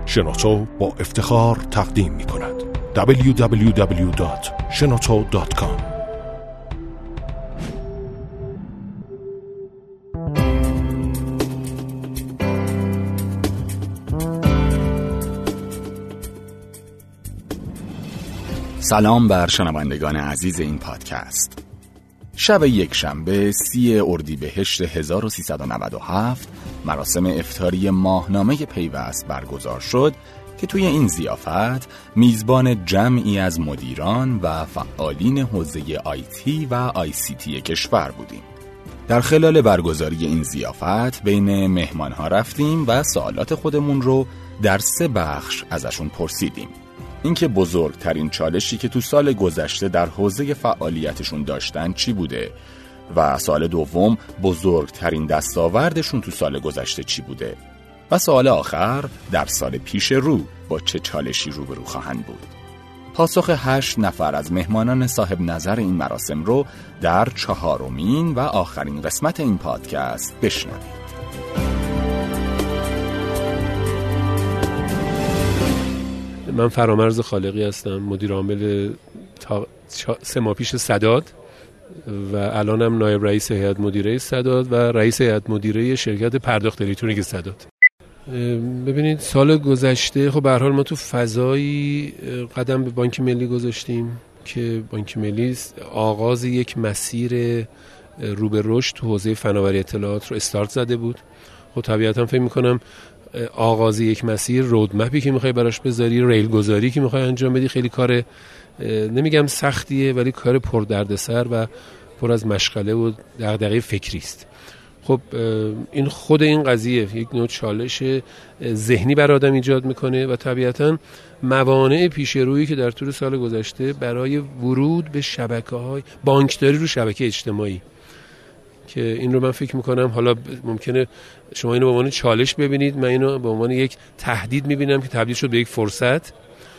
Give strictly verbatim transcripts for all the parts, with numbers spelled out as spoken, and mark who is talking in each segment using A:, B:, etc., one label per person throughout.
A: شنوتو با افتخار تقدیم می کند دبلیو دبلیو دبلیو دات شنوتو دات کام.
B: سلام بر شنوندگان عزیز این پادکست. شب یک شنبه سی اردیبهشت هزار و سیصد و نود و هفت مراسم افطاری ماهنامه پیوست برگزار شد که توی این ضیافت میزبان جمعی از مدیران و فعالین حوزه آیتی و آی سی تی کشور بودیم. در خلال برگزاری این ضیافت بین مهمانها رفتیم و سوالات خودمون رو در سه بخش ازشون پرسیدیم. اینکه بزرگترین چالشی که تو سال گذشته در حوزه فعالیتشون داشتن چی بوده و سوال دوم بزرگترین دستاوردشون تو سال گذشته چی بوده و سوال آخر در سال پیش رو با چه چالشی روبرو خواهند بود. پاسخ هشت نفر از مهمانان صاحب نظر این مراسم رو در چهارمین و آخرین قسمت این پادکست بشنوید.
C: من فرامرز خالقی هستم، مدیر عامل تا سه ماه پیش سداد و الانم نایب رئیس هیئت مدیره سداد و رئیس هیئت مدیره شرکت پرداخت الکترونیک سداد. ببینید سال گذشته خب به هر حال ما تو فضایی قدم به بانک ملی گذاشتیم که بانک ملی آغاز یک مسیر رو به رشد تو حوزه فناوری اطلاعات رو استارت زده بود. خب طبیعتا فکر می‌کنم آغاز یک مسیر، رودمپی که میخوای براش بذاری، ریل گذاری که میخوای انجام بدی، خیلی کار نمیگم سختیه ولی کار پر دردسر و پر از مشغله و دغدغه فکری است. خب این خود این قضیه یک نوع چالش ذهنی بر آدم ایجاد میکنه و طبیعتا موانع پیش رویی که در طول سال گذشته برای ورود به شبکه‌های بانکداری رو شبکه اجتماعی که این رو من فکر میکنم حالا ممکنه شما اینو به عنوان چالش ببینید، من اینو به عنوان یک تهدید میبینم که تبدیل شد به یک فرصت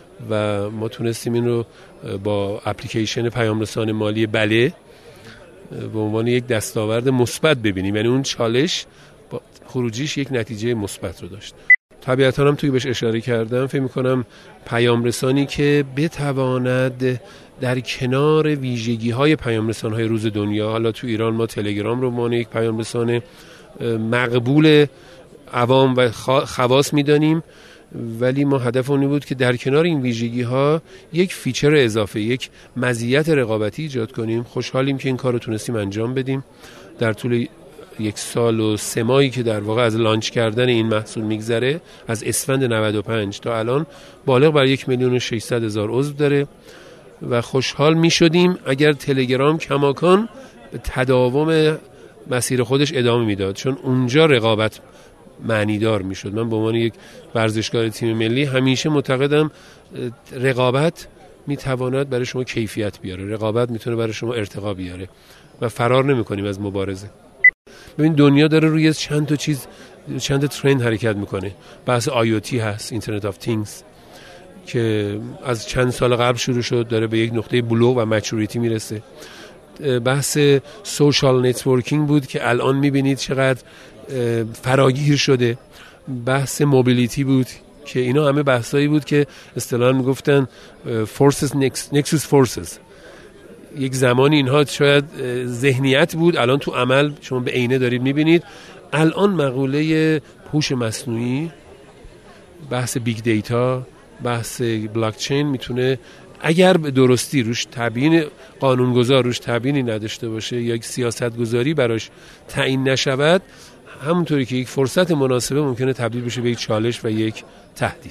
C: و ما تونستیم این رو با اپلیکیشن پیام رسان مالی بله به عنوان یک دستاورد مثبت ببینیم، یعنی اون چالش با خروجیش یک نتیجه مثبت رو داشت. طبیعتا هم توی بهش اشاره کردم، فکر میکنم پیام رسانی که بتواند در کنار ویژگی های پیام رسان های روز دنیا، حالا تو ایران ما تلگرام رو مانع یک پیام رسان مقبول عوام و خواص میدانیم، ولی ما هدفمون بود که در کنار این ویژگی ها یک فیچر اضافه، یک مزیت رقابتی ایجاد کنیم. خوشحالیم که این کار رو تونستیم انجام بدیم. در طول یک سال و سه ماهی که در واقع از لانچ کردن این محصول میگذره، از اسفند نود و پنج تا الان بالغ بر یک میلیون و ششصد هزار عضو داره و خوشحال می شدیم اگر تلگرام کماکان به تداوم مسیر خودش ادامه میداد، چون اونجا رقابت معنیدار می شد. من به عنوان یک ورزشکار تیم ملی همیشه معتقدم رقابت می تواند برای شما کیفیت بیاره، رقابت میتونه برای شما ارتقا بیاره و فرار نمی کنیم از مبارزه. ببین دنیا داره روی چند تا چیز، چند تا ترند حرکت میکنه. بحث آی او تی هست، اینترنت آف تینگز، که از چند سال قبل شروع شد، داره به یک نقطه بلوغ و مچوریتی میرسه. بحث سوشال نتورکینگ بود که الان میبینید چقدر فراگیر شده. بحث موبیلیتی بود که اینا همه بحثایی بود که اصطلاحاً میگفتن فورسز نکسوس فورسز. یک زمانی اینها شاید ذهنیت بود، الان تو عمل شما به عینه دارید میبینید. الان مقوله هوش مصنوعی، بحث بیگ دیتا، بحث بلاک چین میتونه اگر به درستی روش تبیین قانونگذار روش تبیینی نداشته باشه یا یک سیاست گذاری براش تعیین نشود، همونطوری که یک فرصت مناسبه ممکنه تبدیل بشه به یک چالش و یک تهدید.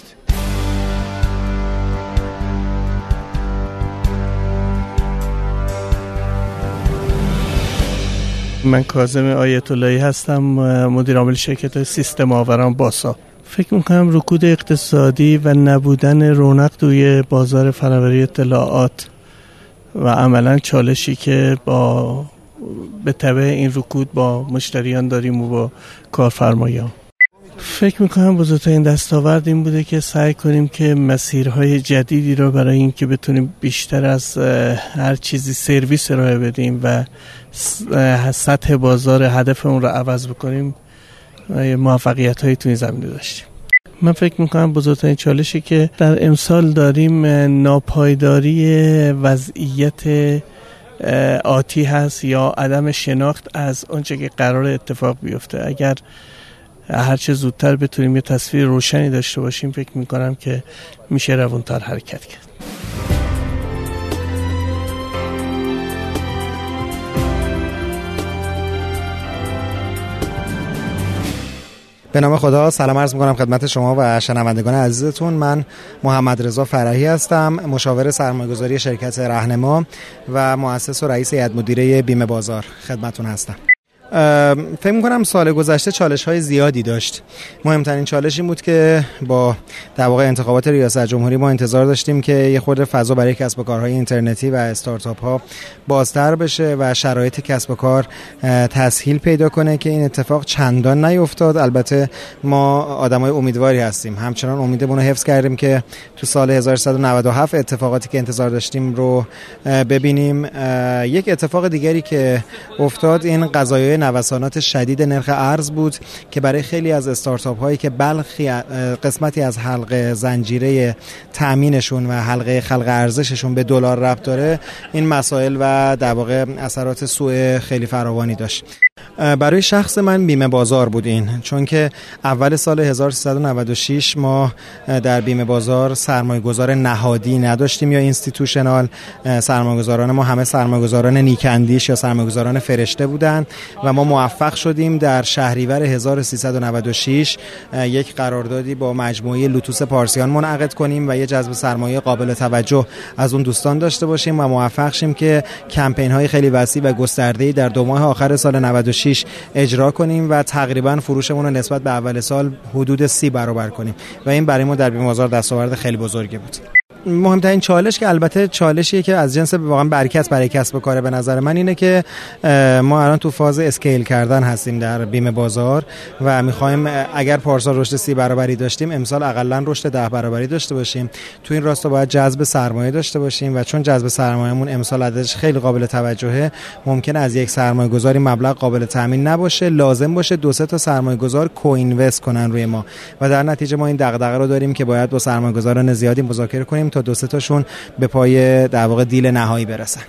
D: من کاظم آیت اللهی هستم، مدیر عامل شرکت سیستم آوران باسا. فکر میکنم رکود اقتصادی و نبودن رونق توی بازار فناوری اطلاعات و عملا چالشی که با به تبع این رکود با مشتریان داریم و با کارفرمایان، فکر میکنم بزرگترین دستاورد این بوده که سعی کنیم که مسیرهای جدیدی رو برای این که بتونیم بیشتر از هر چیزی سرویس ارائه بدیم و سطح بازار هدف اون رو عوض بکنیم، موفقیت هایی تو این زمینه داشتیم. من فکر میکنم بزرگترین چالشی که در امسال داریم ناپایداری وضعیت آتی هست یا عدم شناخت از آنچه که قرار اتفاق بیفته. اگر هرچه زودتر بتونیم یه تصویر روشنی داشته باشیم فکر میکنم که میشه روانتر حرکت کرد.
E: به نام خدا سلام عرض میکنم خدمت شما و شنوندگان عزیزتون. من محمد رضا فرحی هستم، مشاور سرمایه‌گذاری شرکت رهنما و مؤسس و رئیس هیئت مدیره بیمه بازار خدمتتون هستم. فکر می‌کنم سال گذشته چالش‌های زیادی داشت. مهمترین چالش این بود که با در واقع انتخابات ریاست جمهوری ما انتظار داشتیم که یه خورده فضا برای کسب و کارهای اینترنتی و استارتاپ‌ها بازتر بشه و شرایط کسب و کار تسهیل پیدا کنه که این اتفاق چندان نیفتاد. البته ما آدمای امیدواری هستیم، همچنان امیدمون رو حفظ کردیم که تو سال هزار و سیصد و نود و هفت اتفاقاتی که انتظار داشتیم رو ببینیم. یک اتفاق دیگری که افتاد این قضایای نوسانات شدید نرخ ارز بود که برای خیلی از استارتاپ هایی که بلخی قسمتی از حلقه زنجیره تامینشون و حلقه خلق ارزششون به دلار ربط داره، این مسائل و در واقع اثرات سوء خیلی فراوانی داشت. برای شخص من بیمه بازار بود این، چون که اول سال هزار و سیصد و نود و شش ما در بیمه بازار سرمایه‌گذار نهادی نداشتیم یا اینستیتوشنال. سرمایه‌گذاران ما همه سرمایه‌گذاران نیکندیش یا سرمایه‌گذاران فرشته بودن و ما موفق شدیم در شهریور هزار و سیصد و نود و شش یک قراردادی با مجموعه لوتوس پارسیان منعقد کنیم و یه جذب سرمایه قابل توجه از اون دوستان داشته باشیم و موفق شیم که کمپین‌های خیلی وسیع و گسترده‌ای در دو ماه آخر سال نود و شش اجرا کنیم و تقریبا فروشمون رو نسبت به اول سال حدود سی برابر کنیم و این برای ما در بیمه بازار دستاورد خیلی بزرگی بود. مهمترین چالش که البته چالشیه که از جنس واقعا برکت برای کسب و کار به نظر من اینه که ما الان تو فاز اسکیل کردن هستیم در بیمه بازار و می‌خوایم اگر پارسال رشد سی برابری داشتیم امسال حداقل رشد ده برابری داشته باشیم. تو این راستا باید جذب سرمایه داشته باشیم و چون جذب سرمایه‌مون امسال عددش خیلی قابل توجهه، ممکنه از یک سرمایه‌گذاری مبلغ قابل تامین نباشه، لازم باشه دو سه تا سرمایه‌گذار کوینوست کنن روی ما و در نتیجه ما این دغدغه رو داریم که باید با سرمایه‌گذاران زیادی مذاکره کنیم تا دو سه تاشون به پای در واقع دیل نهایی برسن.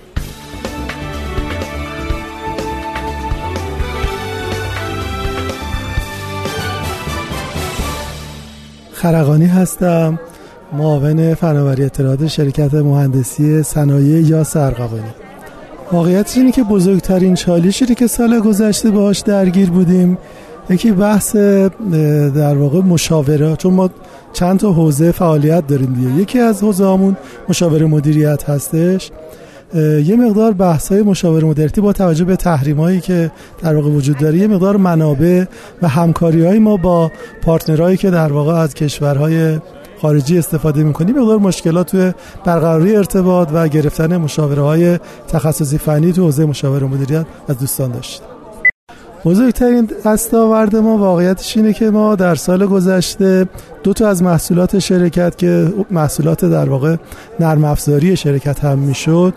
F: خرقانی هستم، معاون فناوری اطلاعات شرکت مهندسی صنایع یا ارغوانی. واقعیت اینه که بزرگترین چالشی که سال گذشته باهاش درگیر بودیم یکی بحث در واقع مشاوره، چون ما چند تا حوزه فعالیت داریم دیگه. یکی از حوزه‌هامون مشاوره مدیریت هستش. یه مقدار بحث‌های مشاوره مدیریتی با توجه به تحریمایی که در واقع وجود داره، یه مقدار منابع و همکاری‌های ما با پارتنرایی که در واقع از کشورهای خارجی استفاده می‌کنیم، مقدار مشکلات توی برقراری ارتباط و گرفتن مشاوره‌های تخصصی فنی تو حوزه مشاوره مدیریت از دوستان داشتیم. بزرگترین دستاورد ما واقعیتش اینه که ما در سال گذشته دو تا از محصولات شرکت که محصولات در واقع نرم افزاری شرکت هم میشد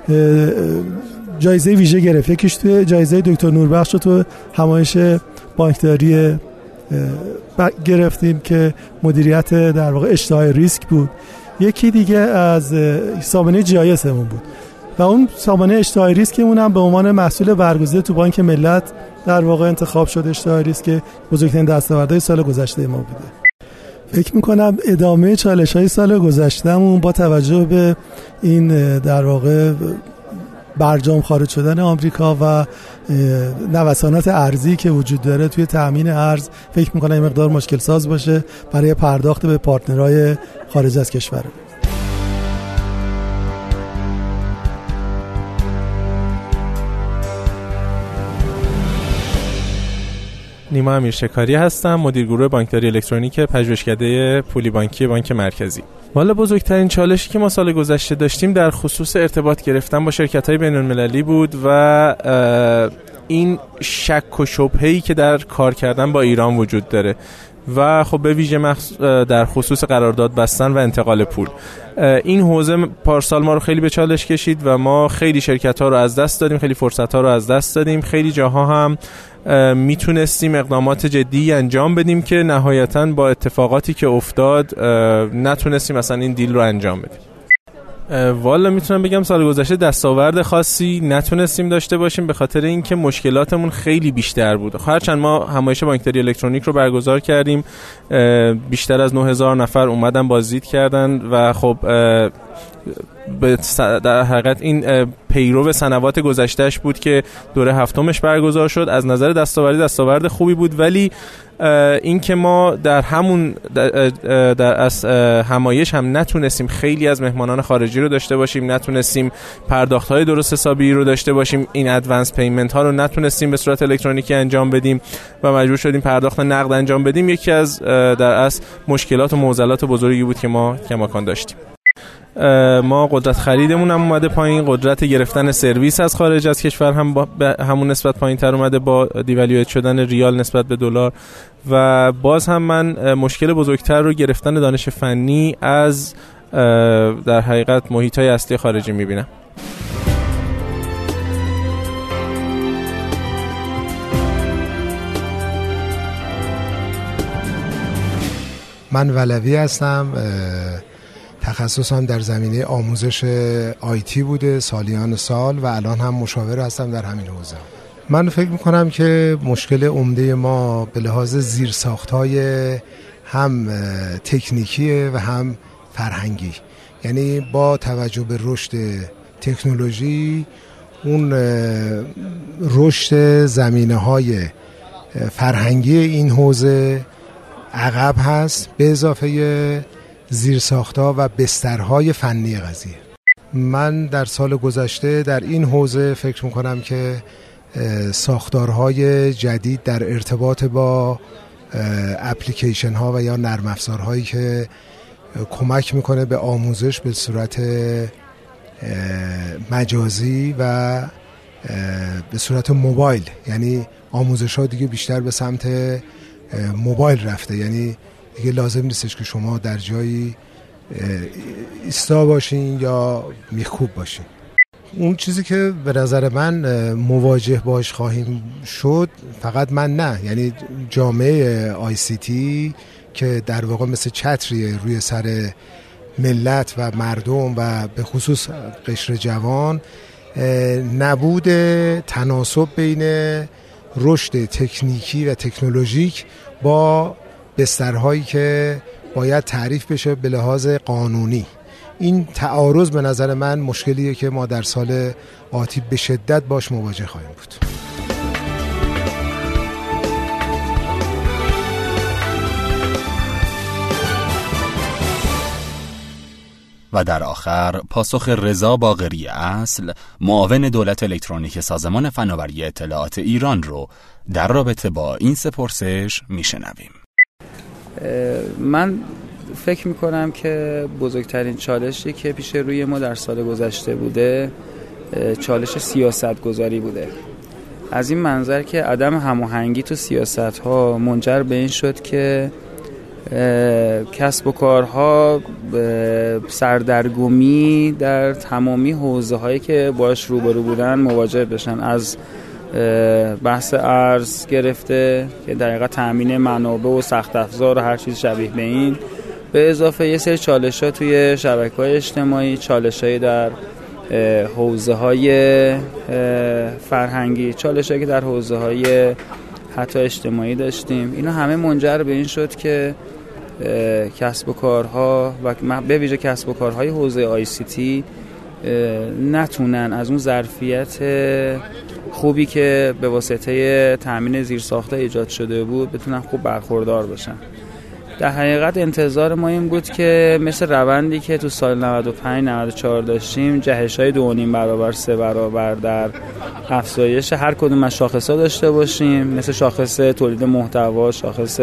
F: جایزه ویژه گرفت. یکیش توی جایزه دکتر نوربخش رو تو همایش بانکداری گرفتیم که مدیریت در واقع اشتهای ریسک بود. یکی دیگه از سامانه جی آی اس مون بود و اون سامانه اشتهای ریسکمون هم به عنوان محصول برگزیده تو بانک ملت در واقع انتخاب شد. اشتهای ریسک که بزرگترین دستاوردهای سال گذشته ما بوده. فکر میکنم ادامه چالش‌های سال گذشتهمون با توجه به این در واقع برجام خارج شدن آمریکا و نوسانات ارزی که وجود داره توی تامین ارز، فکر میکنم این مقدار مشکل ساز باشه برای پرداخت به پارتنرهای خارج از کشور.
G: نیما امیرشکاری هستم، مدیر گروه بانکداری الکترونیک پژوهشکده پولی بانکی بانک مرکزی. والا بزرگترین چالشی که ما سال گذشته داشتیم در خصوص ارتباط گرفتن با شرکت‌های بین‌المللی بود و این شک و شبهه‌ای که در کار کردن با ایران وجود داره و خب به ویژه در خصوص قرارداد بستن و انتقال پول. این حوزه پارسال ما رو خیلی به چالش کشید و ما خیلی شرکت‌ها رو از دست دادیم، خیلی فرصت‌ها رو از دست دادیم، خیلی جاها هم میتونستیم اقدامات جدی انجام بدیم که نهایتاً با اتفاقاتی که افتاد نتونستیم مثلا این دیل رو انجام بدیم. والا میتونم بگم سال گذشته دستاورد خاصی نتونستیم داشته باشیم به خاطر اینکه مشکلاتمون خیلی بیشتر بود. هرچند ما همایش بانکداری الکترونیک رو برگزار کردیم، بیشتر از نه هزار نفر اومدن بازدید کردن و خب در حقیقت این پیرو سنوات گذشتهش بود که دوره هفتمش برگزار شد. از نظر دستاوردی دستاورد خوبی بود، ولی این که ما در همون در, در از همایش هم نتونستیم خیلی از مهمانان خارجی رو داشته باشیم، نتونستیم پرداخت‌های درست حسابی رو داشته باشیم، این ادوانس پیمنت ها رو نتونستیم به صورت الکترونیکی انجام بدیم و مجبور شدیم پرداخت نقد انجام بدیم. یکی از در از مشکلات و معضلات بزرگی بود که ما کماکان داشتیم. ما قدرت خریدمون هم اومده پایین، قدرت گرفتن سرویس از خارج از کشور هم با همون نسبت پایین تر اومده با دیوالویت شدن ریال نسبت به دلار و باز هم من مشکل بزرگتر رو گرفتن دانش فنی از در حقیقت محیط‌های اصلی خارجی میبینم.
H: من ولوی هستم، تخصصم در زمینه آموزش آیتی بوده سالیان سال و الان هم مشاور هستم در همین حوزه. من فکر میکنم که مشکل عمده ما به لحاظ زیرساخت‌های هم تکنیکیه و هم فرهنگی، یعنی با توجه به رشد تکنولوژی اون رشد زمینه‌های فرهنگی این حوزه عقب هست به اضافه زیرساخت‌ها و بسترهای فنی قضیه. من در سال گذشته در این حوزه فکر میکنم که ساختارهای جدید در ارتباط با اپلیکیشن ها و یا نرم افزارهایی که کمک میکنه به آموزش به صورت مجازی و به صورت موبایل، یعنی آموزش ها دیگه بیشتر به سمت موبایل رفته، یعنی دیگه لازم نیستش که شما در جایی ایستا باشین یا میخکوب باشین. اون چیزی که به نظر من مواجه باش خواهیم شد، فقط من نه، یعنی جامعه آی سی تی که در واقع مثل چتری روی سر ملت و مردم و به خصوص قشر جوان، نبود تناسب بین رشد تکنیکی و تکنولوژیک با بسترهایی که باید تعریف بشه به لحاظ قانونی. این تعارض به نظر من مشکلیه که ما در سال آتی به شدت باش مواجه خواهیم بود.
B: و در آخر پاسخ رضا باقری اصل، معاون دولت الکترونیک سازمان فناوری اطلاعات ایران رو در رابطه با این سه پرسش میشنویم.
I: من فکر میکنم که بزرگترین چالشی که پیش روی ما در سال گذشته بوده چالش سیاست گذاری بوده. از این منظر که عدم هماهنگی تو سیاست ها منجر به این شد که کسب و کارها سردرگمی در تمامی حوزه هایی که باش روبرو بودن مواجه بشن، از بحث ارز گرفته که در حقیقت تامین منابع و سخت افزار و هر چیز شبیه به این، به اضافه یه سری چالش‌ها توی شبکه‌های اجتماعی، چالش‌های در حوزه‌های فرهنگی، چالش‌هایی که در حوزه‌های حتی اجتماعی داشتیم. اینا همه منجر به این شد که کسب و کارها و به ویژه کسب و کارهای حوزه آی سی تی نتونن از اون ظرفیت خوبی که به واسطه تامین زیرساخت‌ها ایجاد شده بود بتونن خوب برخوردار بشن. در حقیقت انتظار ما این بود که مثل روندی که تو سال نود و پنج نود و چهار داشتیم، جهش‌های دو و نیم برابر سه برابر در افزایش هر کدوم از شاخص‌ها داشته باشیم، مثل شاخص تولید محتوا، شاخص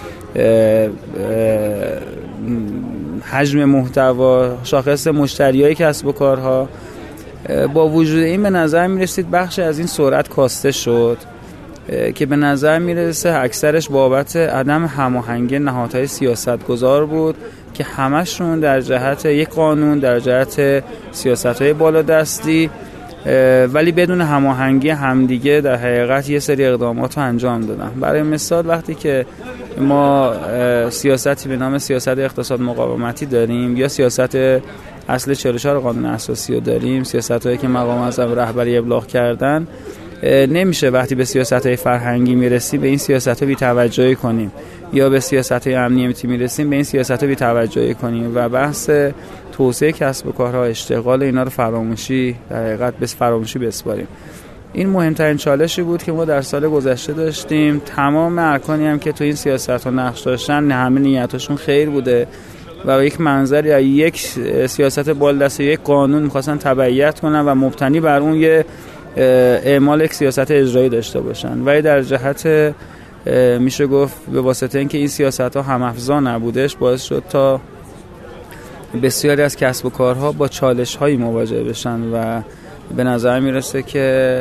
I: حجم محتوا، شاخص مشتریای کسب و کارها. با وجود این به نظر می‌رسید بخش از این سرعت کاسته شد که به نظر میرسه اکثرش بابت عدم هماهنگی نهادهای سیاستگزار بود که همشون در جهت یک قانون، در جهت سیاست‌های بالادستی ولی بدون هماهنگی همدیگه در حقیقت یه سری اقدامات رو انجام دادن. برای مثال وقتی که ما سیاستی به نام سیاست اقتصاد مقاومتی داریم یا سیاست اصل چهل و چهار قانون اساسی رو داریم، سیاست‌هایی که مقام اعظم رهبری ابلاغ کردن، نمیشه وقتی به سیاست‌های فرهنگی میرسیم به این سیاست‌ها بی‌توجهی کنیم یا به سیاست‌های امنیتی میرسیم به این سیاست‌ها بی‌توجهی کنیم و بحث توسعه کسب و کارها، اشتغال اینا رو فراموشی در حقیقت به فراموشی بسپاریم. این مهمترین چالشی بود که ما در سال گذشته داشتیم. تمام ارکانی هم که تو این سیاست‌ها نقش داشتن همه نیتاشون خیر بوده و یک منظر یا یک سیاست بالدسته یک قانون می‌خواستن تبعیت کنن و مبتنی بر اون یه اعمال یک سیاست اجرایی داشته باشن. ولی در جهت میشه گفت به واسطه اینکه این سیاست‌ها هم افزا نبودش باعث شد تا بسیاری از کسب و کارها با چالش‌هایی مواجه بشن و به نظر میرسه که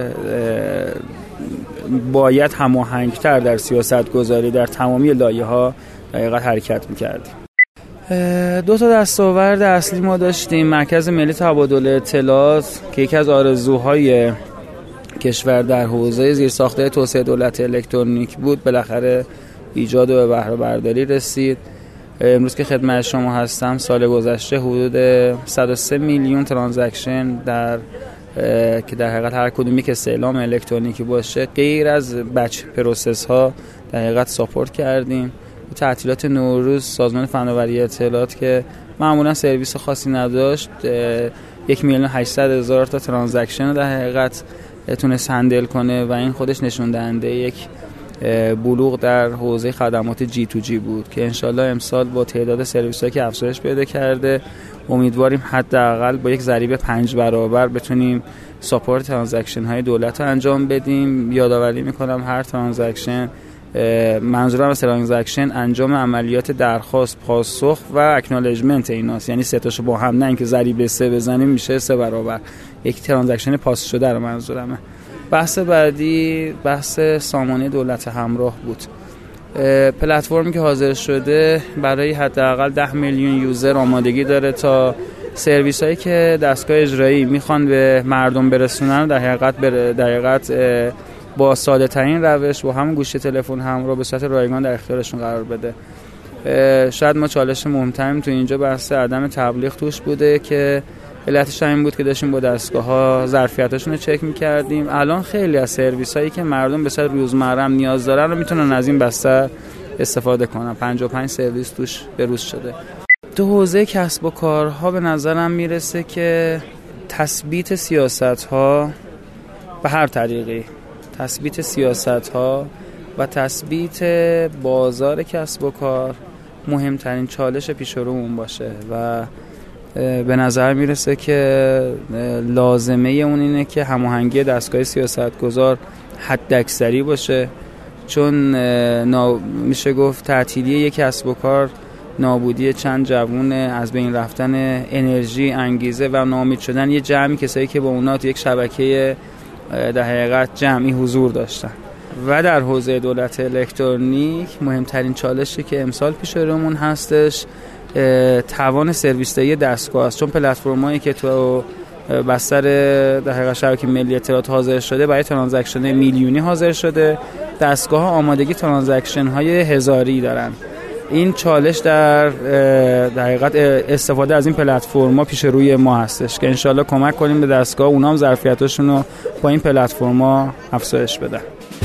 I: باید هماهنگ‌تر در سیاست گذاری در تمامی لایه‌ها دقیقاً حرکت می‌کردیم. دو تا دستاورد اصلی ما داشتیم. مرکز ملی تبادل اطلاعات که یکی از آرزوهای کشور در حوزه زیرساخت‌های توسعه دولت الکترونیک بود، بالاخره ایجاد و به بهره برداری رسید. امروز که خدمت شما هستم سال گذشته حدود صد و سه میلیون ترانزکشن در که در حقیقت هر کدومی که استعلام الکترونیکی باشه غیر از بچ پروسس ها در حقیقت ساپورت کردیم. تعطیلات نوروز سازمان فناوری اطلاعات که معمولا سرویس خاصی نداشت یک میلیون هشتصد هزار تا ترانزکشن در حقیقت تونست هندل کنه و این خودش نشون دهنده یک بلوغ در حوزه خدمات جی تو جی بود که انشالله امسال با تعداد سرویس‌هایی که افزایش پیدا کرده امیدواریم حداقل با یک ضریب پنج برابر بتونیم ساپورت ترانزکشن های دولت رو انجام بدیم. یادآوری میکنم هر ترانزکشن، منظورم از ترانزکشن انجام عملیات درخواست، پاسخ و اکنالجمنت ایناست، یعنی سه تاشو با هم، نه اینکه ضریب سه بزنیم میشه سه برابر. یک ترانزکشن پاس شده رو منظورمه. بحث بعدی بحث سامانه دولت همراه بود. پلتفرمی که حاضر شده برای حداقل ده میلیون یوزر آمادگی داره تا سرویس هایی که دستگاه اجرایی میخوان به مردم برسونن در حقیقت در حقیقت با ساده ترین روش و همون گوشی تلفن همراه به صورت رایگان در اختیارشون قرار بده. شاید ما چالش مهمترین تو اینجا بحث عدم تبلیغ توش بوده که علتش این بود که داشتیم با دستگاه‌ها ظرفیتاشون رو چک می‌کردیم. الان خیلی از سرویس‌هایی که مردم به صورت روزمره هم نیاز دارن رو میتونن از این بستر استفاده کنن. پنجاه و پنج سرویس توش بروز شده. تو حوزه کسب و کارها به نظرم میرسه که تثبیت سیاست‌ها به هر طریقی، تثبیت سیاست‌ها و تثبیت بازار کسب و کار مهمترین چالش پیش رومون باشه و به نظر میرسه که لازمه اون اینه که هماهنگی دستگاه سیاستگزار حداکثری باشه، چون نا... میشه گفت تعطیلی یک کسب و کار نابودی چند جوون، از بین رفتن انرژی، انگیزه و ناامید شدن یه جمعی کسایی که با اونا تو یک شبکه در حقیقت جمعی حضور داشتن. و در حوزه دولت الکترونیک مهمترین چالشی که امسال پیش رومون هستش توان سرویس دهی دستگاه است، چون پلتفرمایی که تو بستر در حقیقت شبکه ملی اطلاعات حاضر شده برای ترانزکشن میلیونی حاضر شده، دستگاه ها آمادگی ترانزکشن های هزاری دارن. این چالش در در حقیقت استفاده از این پلتفرم‌ها پیش روی ما هستش که انشالله کمک کنیم به دستگاه اونام ظرفیتاشون رو با این پلتفرم‌ها افزایش بدن.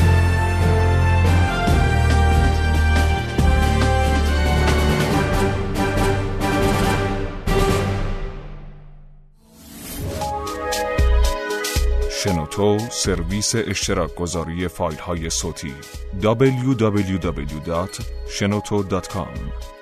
A: شنوتو، سرویس اشتراک گذاری فایل های صوتی دبلیو دبلیو دبلیو دات شنوتو دات کام